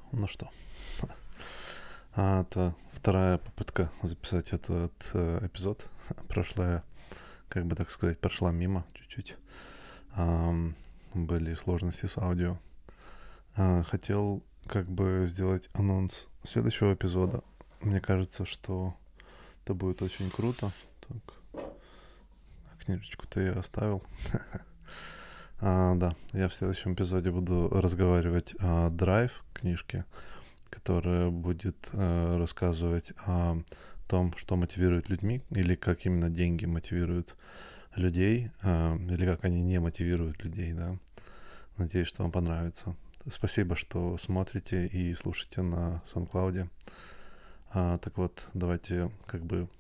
Ну что, это вторая попытка записать этот эпизод. Прошлая, как бы так сказать, прошла мимо чуть-чуть. Были сложности с аудио. Хотел как бы сделать анонс следующего эпизода. Мне кажется, что это будет очень круто. Так, книжечку-то я оставил. Да, я в следующем эпизоде буду разговаривать о Драйв книжке, которая будет рассказывать о том, что мотивирует людьми, или как именно деньги мотивируют людей, или как они не мотивируют людей, да. Надеюсь, что вам понравится. Спасибо, что смотрите и слушаете на SoundCloud. Так вот, давайте как бы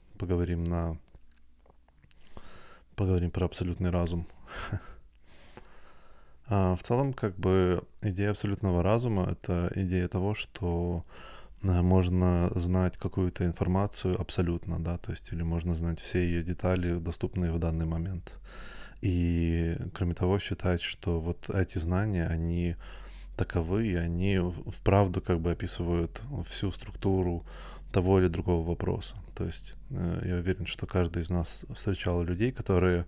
поговорим про абсолютный разум. В целом, как бы идея абсолютного разума — это идея того, что можно знать какую-то информацию абсолютно, да, то есть или можно знать все ее детали, доступные в данный момент. И, кроме того, считать, что вот эти знания, они таковы, и они вправду как бы описывают всю структуру того или другого вопроса. То есть я уверен, что каждый из нас встречал людей, которые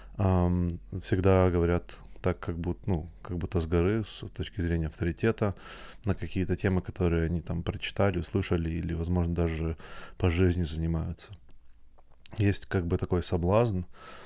всегда говорят так, как будто с горы, с точки зрения авторитета, на какие-то темы, которые они там прочитали, услышали или, возможно, даже по жизни занимаются. Есть как бы такой соблазн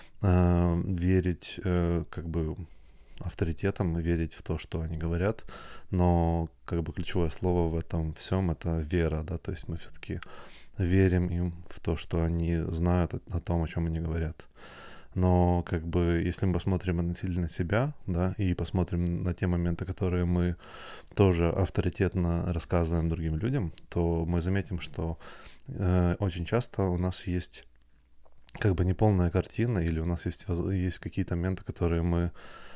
верить как бы авторитетам и верить в то, что они говорят, но как бы ключевое слово в этом всем — это вера, да, то есть мы все-таки верим им в то, что они знают о том, о чем они говорят. Но как бы если мы посмотрим относительно себя, да, и посмотрим на те моменты, которые мы тоже авторитетно рассказываем другим людям, то мы заметим, что очень часто у нас есть как бы неполная картина, или у нас есть какие-то моменты, которые мы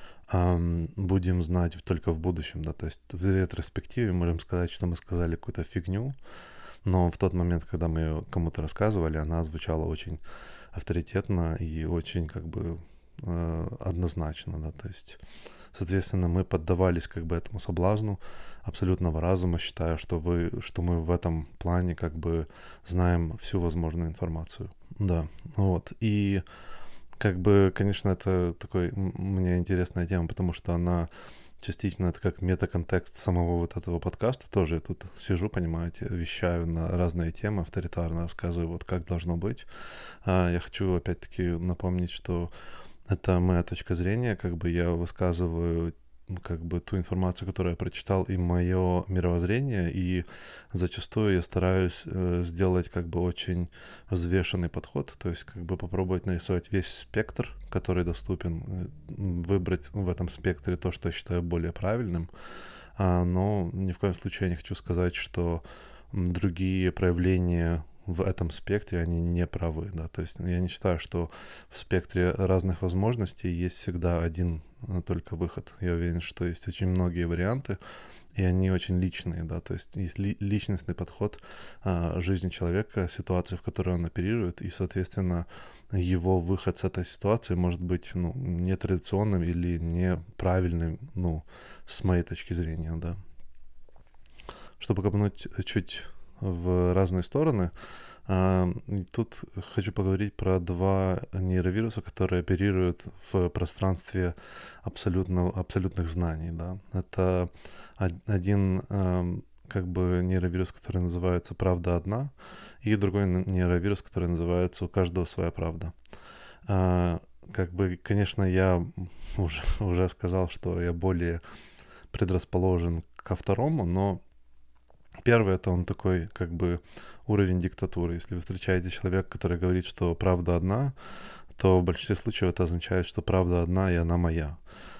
будем знать только в будущем, да, то есть в ретроспективе можем сказать, что мы сказали какую-то фигню, но в тот момент, когда мы ее кому-то рассказывали, она звучала очень авторитетно и очень как бы однозначно, да, то есть, соответственно, мы поддавались как бы этому соблазну абсолютного разума, считая, что мы в этом плане как бы знаем всю возможную информацию, да, вот, и как бы, конечно, это такой мне интересная тема, потому что она частично это как метаконтекст самого вот этого подкаста. Тоже я тут сижу, понимаете, вещаю на разные темы, авторитарно рассказываю, вот как должно быть. Я хочу опять-таки напомнить, что это моя точка зрения, как бы я высказываю как бы ту информацию, которую я прочитал, и мое мировоззрение, и зачастую я стараюсь сделать как бы очень взвешенный подход, то есть как бы попробовать нарисовать весь спектр, который доступен, выбрать в этом спектре то, что я считаю более правильным, но ни в коем случае я не хочу сказать, что другие проявления в этом спектре, они не правы, да, то есть я не считаю, что в спектре разных возможностей есть всегда один только выход. Я уверен, что есть очень многие варианты, и они очень личные, да, то есть есть личностный подход жизни человека, ситуации, в которой он оперирует, и, соответственно, его выход с этой ситуации может быть, ну, нетрадиционным или неправильным, ну, с моей точки зрения, да. Чтобы копнуть чуть в разные стороны, тут хочу поговорить про два нейровируса, которые оперируют в пространстве абсолютных знаний. Да. Это один как бы нейровирус, который называется «Правда одна», и другой нейровирус, который называется «У каждого своя правда». Как бы, конечно, я уже сказал, что я более предрасположен ко второму, но первый — это он такой, как бы, уровень диктатуры. Если вы встречаете человека, который говорит, что правда одна, то в большинстве случаев это означает, что правда одна, и она моя.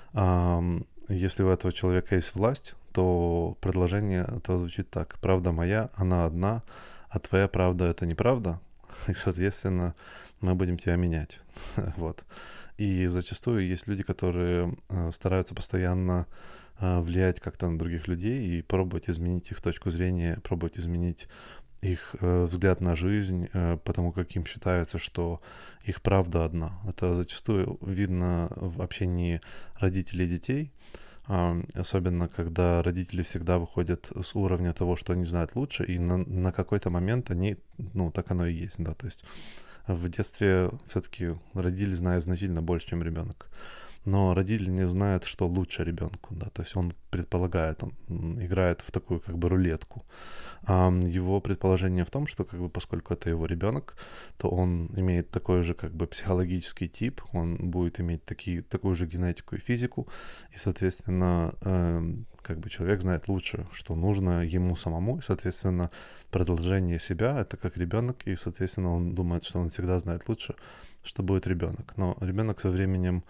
Если у этого человека есть власть, то предложение это звучит так: правда моя, она одна, а твоя правда — это неправда, и, соответственно, мы будем тебя менять. Вот. И зачастую есть люди, которые стараются постоянно влиять как-то на других людей и пробовать изменить их точку зрения, пробовать изменить их взгляд на жизнь, потому как им считается, что их правда одна. Это зачастую видно в общении родителей и детей. особенно когда родители всегда выходят с уровня того, что они знают лучше, и на какой-то момент они, ну, так оно и есть, да, то есть в детстве все-таки родители знают значительно больше, чем ребенок. Но родитель не знает, что лучше ребенку, да, то есть он предполагает, он играет в такую как бы рулетку. Его предположение в том, что как бы поскольку это его ребенок, то он имеет такой же как бы психологический тип, он будет иметь такую же генетику и физику, и, соответственно, как бы человек знает лучше, что нужно ему самому, и, соответственно, продолжение себя — это как ребенок, и, соответственно, он думает, что он всегда знает лучше, что будет ребенок. Но ребенок со временем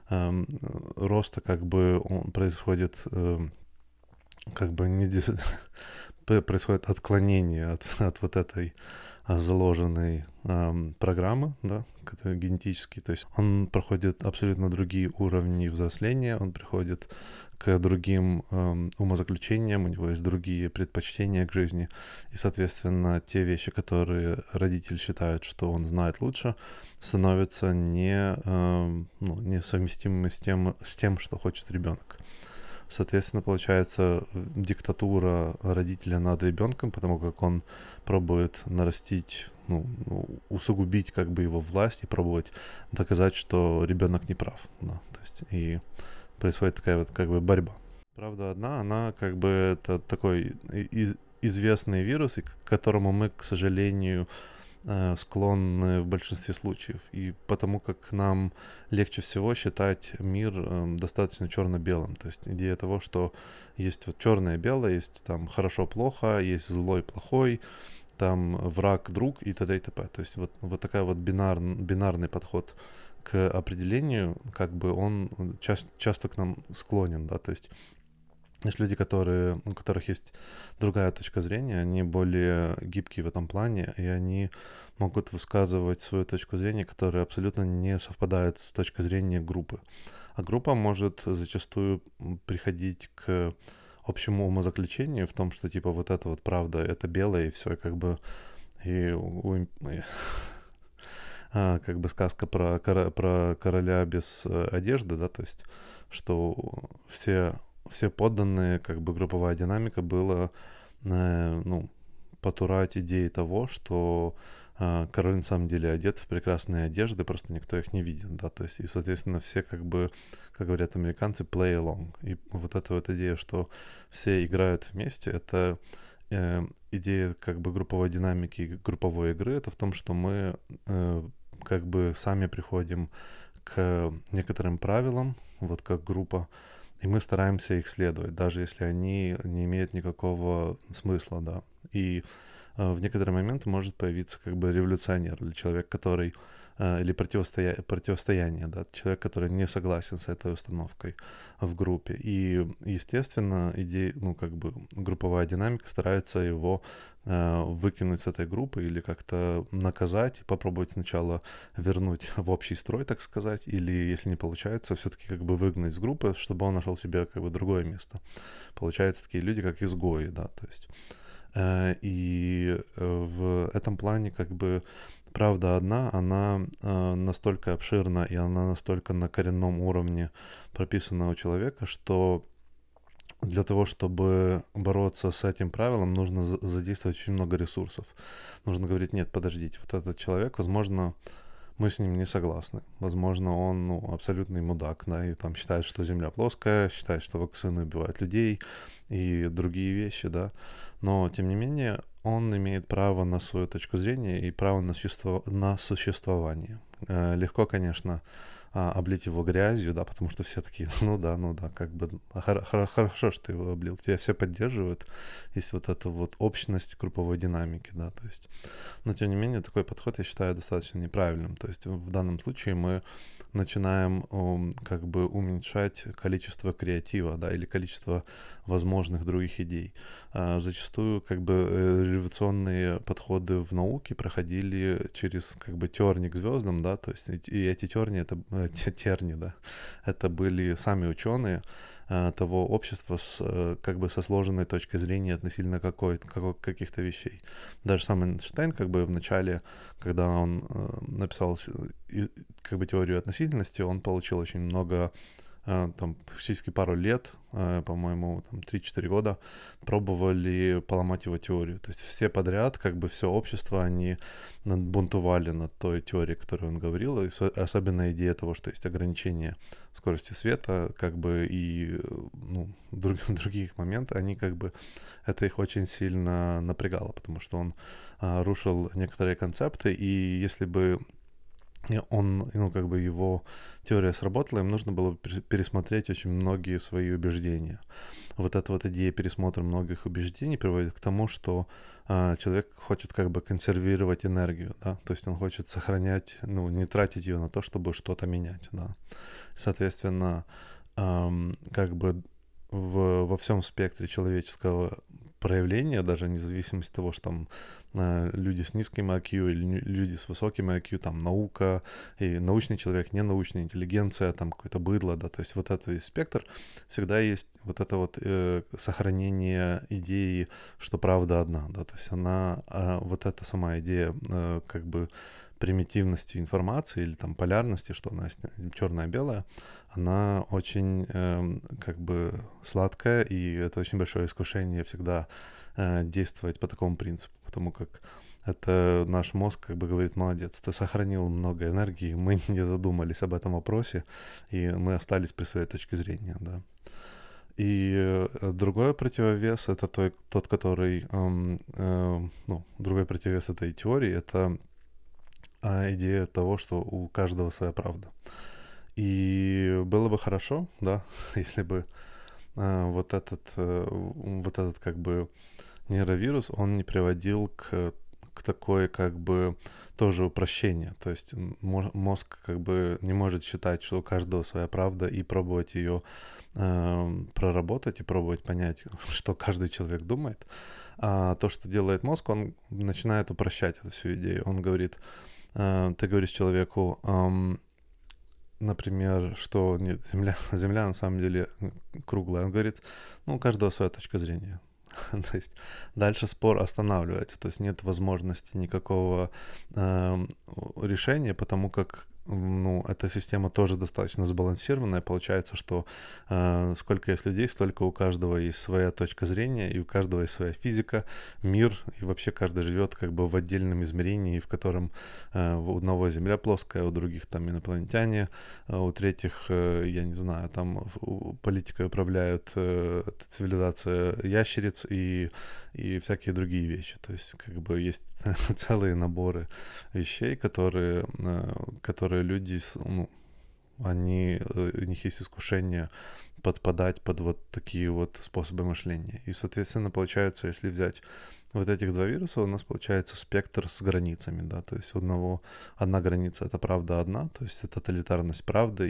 роста как бы он происходит как бы не происходит отклонение от вот этой заложенной программы, да, которая генетически, то есть он проходит абсолютно другие уровни взросления, он приходит к другим умозаключениям, у него есть другие предпочтения к жизни, и, соответственно, те вещи, которые родитель считает, что он знает лучше, становятся несовместимыми с тем, что хочет ребенок. Соответственно, получается диктатура родителя над ребенком, потому как он пробует нарастить, усугубить как бы его власть и пробовать доказать, что ребенок не прав. Да, то есть и происходит такая вот как бы борьба. Правда одна, она как бы это такой известный вирус, и к которому мы, к сожалению, склонны в большинстве случаев. И потому как нам легче всего считать мир достаточно черно-белым. То есть идея того, что есть вот черное и белое, есть там хорошо-плохо, есть злой-плохой, там враг-друг и т.д. и т.п. То есть вот такая вот бинарный подход к определению, как бы он часто к нам склонен, да, то есть есть люди, у которых есть другая точка зрения, они более гибкие в этом плане, и они могут высказывать свою точку зрения, которая абсолютно не совпадает с точкой зрения группы. А группа может зачастую приходить к общему умозаключению в том, что типа вот это вот правда, это белое, и все, и как бы как бы сказка про короля без одежды, да, то есть что все подданные, как бы групповая динамика была, потурать идеи того, что король на самом деле одет в прекрасные одежды, просто никто их не видит, да, то есть и, соответственно, все как бы, как говорят американцы, play along. И вот эта вот идея, что все играют вместе, это идея как бы групповой динамики, групповой игры, это в том, что мы как бы сами приходим к некоторым правилам, вот как группа, и мы стараемся их следовать, даже если они не имеют никакого смысла, да. И в некоторые моменты может появиться как бы революционер или человек, который или противостояние, да, человек, который не согласен с этой установкой в группе. И, естественно, как бы групповая динамика старается его выкинуть с этой группы или как-то наказать, попробовать сначала вернуть в общий строй, так сказать, или, если не получается, все-таки как бы выгнать с группы, чтобы он нашел себе как бы другое место. Получаются такие люди, как изгои, да, то есть. И в этом плане как бы правда одна, она настолько обширна и она настолько на коренном уровне прописана у человека, что для того, чтобы бороться с этим правилом, нужно задействовать очень много ресурсов. Нужно говорить: нет, подождите, вот этот человек, возможно, мы с ним не согласны. Возможно, он абсолютный мудак, да, и там считает, что Земля плоская, считает, что вакцины убивают людей и другие вещи, да. Но, тем не менее, он имеет право на свою точку зрения и право на существование. Легко, конечно, облить его грязью, да, потому что все такие: ну да, как бы хорошо, что ты его облил, тебя все поддерживают, есть вот эта вот общность групповой динамики, да, то есть, но тем не менее такой подход я считаю достаточно неправильным, то есть в данном случае мы начинаем как бы уменьшать количество креатива, да, или количество возможных других идей. Зачастую как бы революционные подходы в науке проходили через как бы терни к звездам, да, то есть и эти терни, терни, да, это были сами ученые того общества как бы со сложенной точкой зрения относительно каких-то вещей. Даже сам Эйнштейн как бы в начале, когда он написал как бы теорию относительности, он получил очень много там практически пару лет, по-моему, там 3-4 года пробовали поломать его теорию. То есть все подряд, как бы все общество, они бунтовали над той теорией, которую он говорил, и особенно идея того, что есть ограничение скорости света, как бы и ну, других моментов, они как бы, это их очень сильно напрягало, потому что он рушил некоторые концепты, и если бы он, ну, как бы его теория сработала, им нужно было пересмотреть очень многие свои убеждения. Вот эта вот идея пересмотра многих убеждений приводит к тому, что человек хочет как бы консервировать энергию, да, то есть он хочет сохранять, ну, не тратить ее на то, чтобы что-то менять, да. Соответственно, как бы во всем спектре человеческого проявления, даже независимо от того, что там люди с низким IQ или люди с высоким IQ, там наука, и научный человек, ненаучная интеллигенция, там какое-то быдло, да, то есть вот этот весь спектр, всегда есть вот это вот сохранение идеи, что правда одна, да, то есть она, вот эта сама идея как бы примитивности информации или там полярности, что она черная-белая, она очень как бы сладкая, и это очень большое искушение всегда действовать по такому принципу, потому как это наш мозг как бы говорит: молодец, ты сохранил много энергии, мы не задумались об этом вопросе, и мы остались при своей точке зрения, да. И другой противовес, это тот, который, ну, другой противовес этой теории, это идея того, что у каждого своя правда. И было бы хорошо, да, если бы вот этот как бы нейровирус, он не приводил к такой как бы тоже упрощение. То есть мозг как бы не может считать, что у каждого своя правда, и пробовать ее проработать и пробовать понять, что каждый человек думает. А то, что делает мозг, он начинает упрощать эту всю идею. Он говорит, ты говоришь человеку, например, что нет, Земля на самом деле круглая. Он говорит, ну, у каждого своя точка зрения. То есть дальше спор останавливается, то есть нет возможности никакого решения, потому как, ну, эта система тоже достаточно сбалансированная. Получается, что сколько есть людей, столько у каждого есть своя точка зрения, и у каждого есть своя физика, мир, и вообще каждый живет как бы в отдельном измерении, в котором у одного Земля плоская, у других там инопланетяне, у третьих, я не знаю, там политикой управляют цивилизация ящериц и всякие другие вещи. То есть как бы есть целые наборы вещей, которые люди, ну, они, у них есть искушение подпадать под вот такие вот способы мышления. И, соответственно, получается, если взять вот этих два вируса, у нас получается спектр с границами, да, то есть одна граница — это правда одна, то есть это тоталитарность правды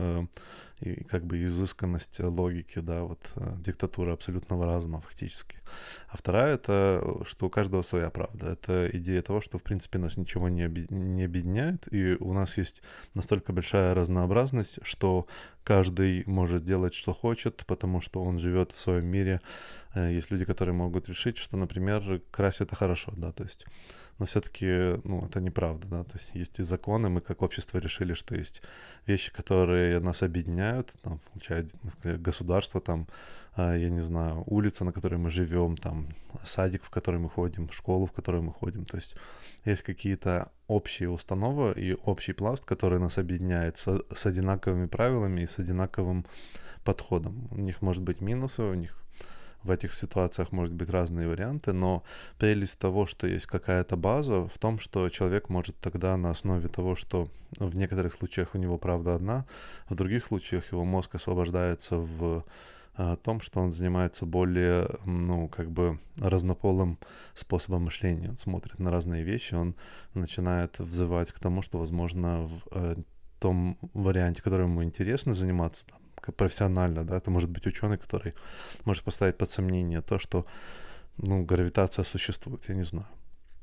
и как бы изысканность логики, да, вот диктатура абсолютного разума фактически. А вторая — это что у каждого своя правда. Это идея того, что в принципе нас ничего не объединяет, и у нас есть настолько большая разнообразность, что каждый может делать, что хочет, потому что он живет в своем мире. Есть люди, которые могут решить, что, например, красть — это хорошо, да, то есть, но все-таки, ну, это неправда, да, то есть и законы, мы как общество решили, что есть вещи, которые нас объединяют, там, включая государство, там, я не знаю, улица, на которой мы живем, там, садик, в который мы ходим, школу, в которую мы ходим, то есть есть какие-то общие установы и общий пласт, который нас объединяет с одинаковыми правилами и с одинаковым подходом. У них может быть минусы, у них в этих ситуациях может быть разные варианты, но прелесть того, что есть какая-то база, в том, что человек может тогда на основе того, что в некоторых случаях у него правда одна, в других случаях его мозг освобождается в том, что он занимается более, ну, как бы разнополым способом мышления. Он смотрит на разные вещи, он начинает взывать к тому, что, возможно, в том варианте, который ему интересно заниматься, там, профессионально, да, это может быть ученый, который может поставить под сомнение то, что, ну, гравитация существует, я не знаю.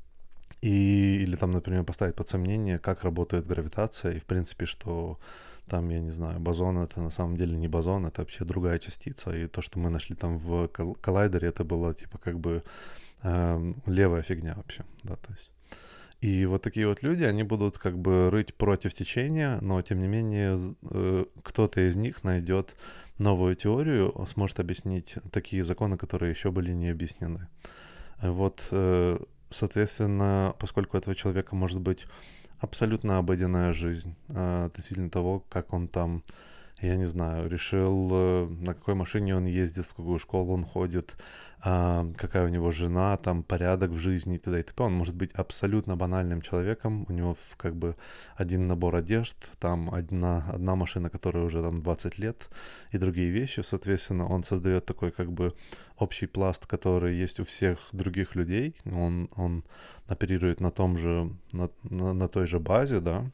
Или там, например, поставить под сомнение, как работает гравитация, и, в принципе, что там, я не знаю, бозон — это на самом деле не бозон, это вообще другая частица, и то, что мы нашли там в коллайдере, это было, типа, как бы левая фигня вообще, да, то есть. И вот такие вот люди, они будут как бы рыть против течения, но тем не менее кто-то из них найдет новую теорию, сможет объяснить такие законы, которые еще были не объяснены. Вот, соответственно, поскольку у этого человека может быть абсолютно обыденная жизнь, относительно того, как он там, я не знаю, решил, на какой машине он ездит, в какую школу он ходит, какая у него жена, там, порядок в жизни и т.д. и т.п. Он может быть абсолютно банальным человеком, у него как бы один набор одежд, там одна машина, которая уже там 20 лет, и другие вещи, соответственно, он создает такой как бы общий пласт, который есть у всех других людей, он оперирует на том же, на той же базе, да,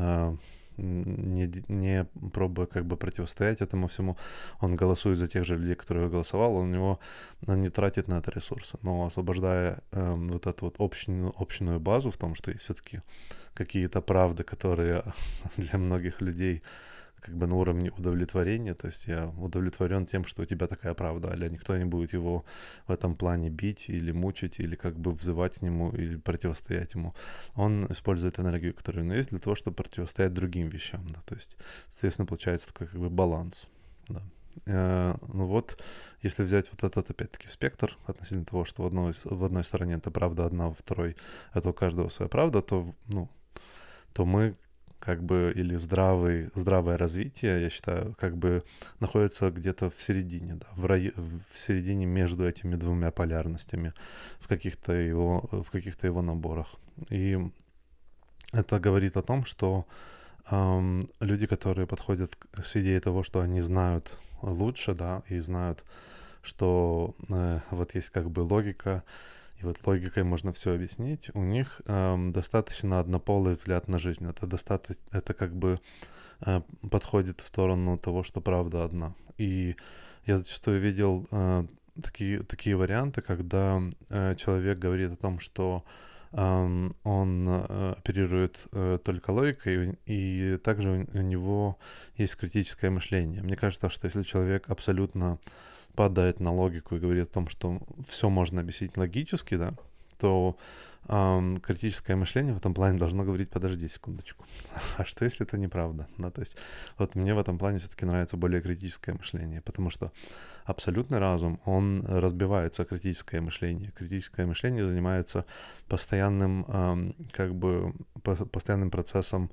не пробуя как бы противостоять этому всему, он голосует за тех же людей, которые голосовал, он не тратит на это ресурсы, но освобождая вот эту вот общную базу в том, что есть все-таки какие-то правды, которые для многих людей как бы на уровне удовлетворения, то есть я удовлетворен тем, что у тебя такая правда, а никто не будет его в этом плане бить или мучить, или как бы взывать к нему, или противостоять ему. Он использует энергию, которая у него есть, для того, чтобы противостоять другим вещам, да, то есть, соответственно, получается такой как бы баланс, да. Ну вот, если взять вот этот, опять-таки, спектр относительно того, что в одной стороне это правда одна, во второй это у каждого своя правда, то, ну, то мы как бы, или здравое развитие, я считаю, как бы находится где-то в середине, да, в середине между этими двумя полярностями в каких-то его наборах. И это говорит о том, что люди, которые подходят с идеей того, что они знают лучше, да, и знают, что вот есть как бы логика, и вот логикой можно все объяснить, у них достаточно однополый взгляд на жизнь. Это как бы подходит в сторону того, что правда одна. И я зачастую видел такие варианты, когда человек говорит о том, что он оперирует только логикой, и также у него есть критическое мышление. Мне кажется, что если человек абсолютно падает на логику и говорит о том, что все можно объяснить логически, да, то критическое мышление в этом плане должно говорить: подожди секундочку, а что если это неправда? Да, то есть вот мне в этом плане все-таки нравится более критическое мышление, потому что абсолютный разум, он разбивается о критическое мышление. Критическое мышление занимается постоянным, как бы, постоянным процессом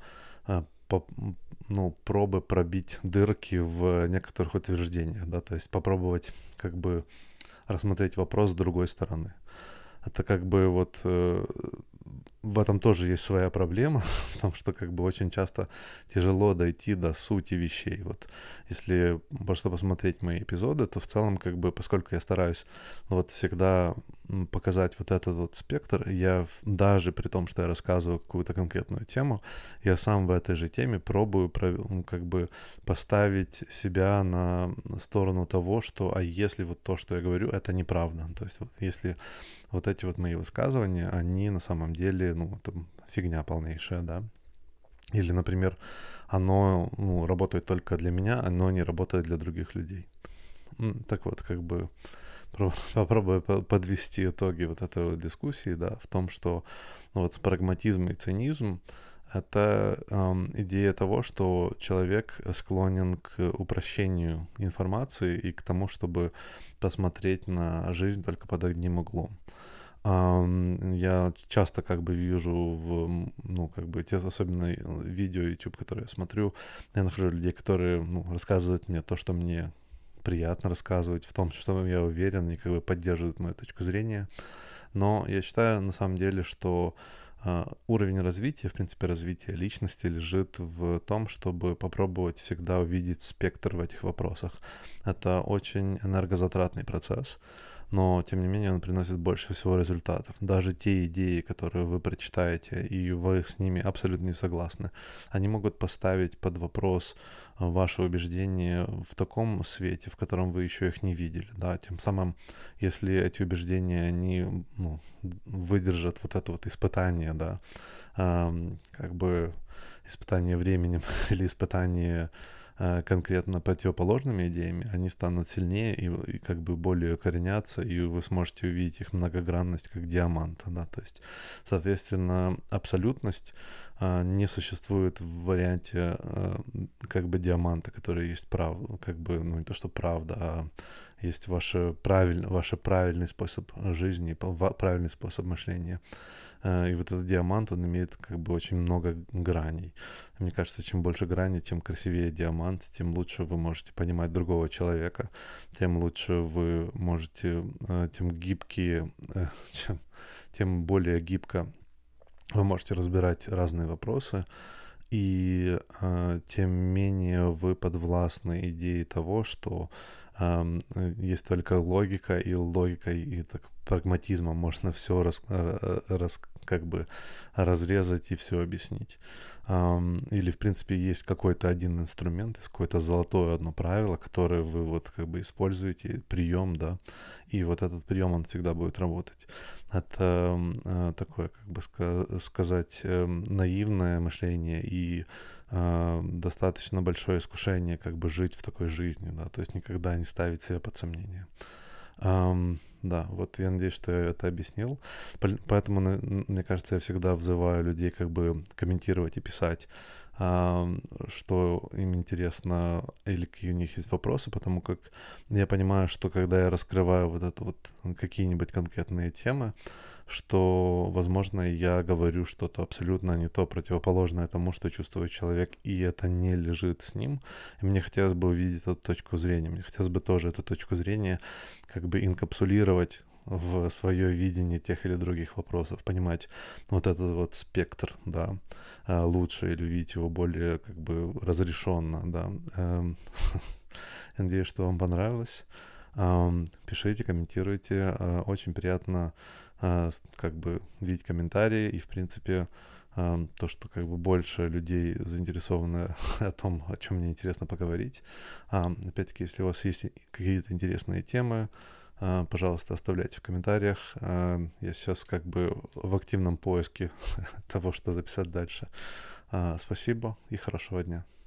пробы пробить дырки в некоторых утверждениях, да, то есть попробовать как бы рассмотреть вопрос с другой стороны. Это как бы вот в этом тоже есть своя проблема, в том, что как бы очень часто тяжело дойти до сути вещей. Вот если просто посмотреть мои эпизоды, то в целом как бы, поскольку я стараюсь вот всегда показать вот этот вот спектр, я даже при том, что я рассказываю какую-то конкретную тему, я сам в этой же теме пробую как бы поставить себя на сторону того, что а если вот то, что я говорю, это неправда. То есть вот если вот эти вот мои высказывания, они на самом деле, ну, это фигня полнейшая, да. Или, например, оно работает только для меня, оно не работает для других людей. Так вот, как бы попробую подвести итоги вот этой вот дискуссии, да, в том, что вот прагматизм и цинизм — это идея того, что человек склонен к упрощению информации и к тому, чтобы посмотреть на жизнь только под одним углом. Я часто как бы вижу как бы особенно видео YouTube, которые я смотрю, я нахожу людей, которые, рассказывают мне то, что мне приятно рассказывать, в том, что я уверен, и как бы поддерживают мою точку зрения. Но я считаю на самом деле, что уровень развития, в принципе, развития личности лежит в том, чтобы попробовать всегда увидеть спектр в этих вопросах. Это очень энергозатратный процесс, но, тем не менее, он приносит больше всего результатов. Даже те идеи, которые вы прочитаете, и вы с ними абсолютно не согласны, они могут поставить под вопрос ваши убеждения в таком свете, в котором вы еще их не видели. Да? Тем самым, если эти убеждения, они выдержат вот это вот испытание, да, как бы испытание временем или испытание конкретно противоположными идеями, они станут сильнее и как бы более укоренятся, и вы сможете увидеть их многогранность как диаманта, да, то есть, соответственно, абсолютность не существует в варианте как бы диаманта, который есть как бы, ну не то, что правда, а есть ваш правильный способ жизни, правильный способ мышления. И вот этот диамант, он имеет как бы очень много граней. Мне кажется, чем больше граней, тем красивее диамант, тем лучше вы можете понимать другого человека, тем лучше вы можете, тем гибкие, тем более гибко вы можете разбирать разные вопросы, и тем менее вы подвластны идее того, что есть только логика, и логикой, и так прагматизмом можно все как бы разрезать и все объяснить. Или, в принципе, есть какой-то один инструмент, есть какое-то золотое одно правило, которое вы вот как бы используете, прием, да, и вот этот прием, он всегда будет работать. Это такое, как бы сказать, наивное мышление и достаточно большое искушение как бы жить в такой жизни, да, то есть никогда не ставить себя под сомнение. Да, вот я надеюсь, что я это объяснил. Поэтому, мне кажется, я всегда взываю людей как бы комментировать и писать, что им интересно или какие у них есть вопросы, потому как я понимаю, что когда я раскрываю вот это вот какие-нибудь конкретные темы, что, возможно, я говорю что-то абсолютно не то, противоположное тому, что чувствует человек, и это не лежит с ним. И мне хотелось бы увидеть эту точку зрения. Мне хотелось бы тоже эту точку зрения как бы инкапсулировать в свое видение тех или других вопросов, понимать вот этот вот спектр, да, лучше или увидеть его более как бы разрешенно, да. Надеюсь, что вам понравилось. Пишите, комментируйте. Очень приятно как бы видеть комментарии и, в принципе, то, что как бы больше людей заинтересованы о том, о чем мне интересно поговорить. Опять-таки, если у вас есть какие-то интересные темы, пожалуйста, оставляйте в комментариях. Я сейчас как бы в активном поиске того, что записать дальше. Спасибо и хорошего дня.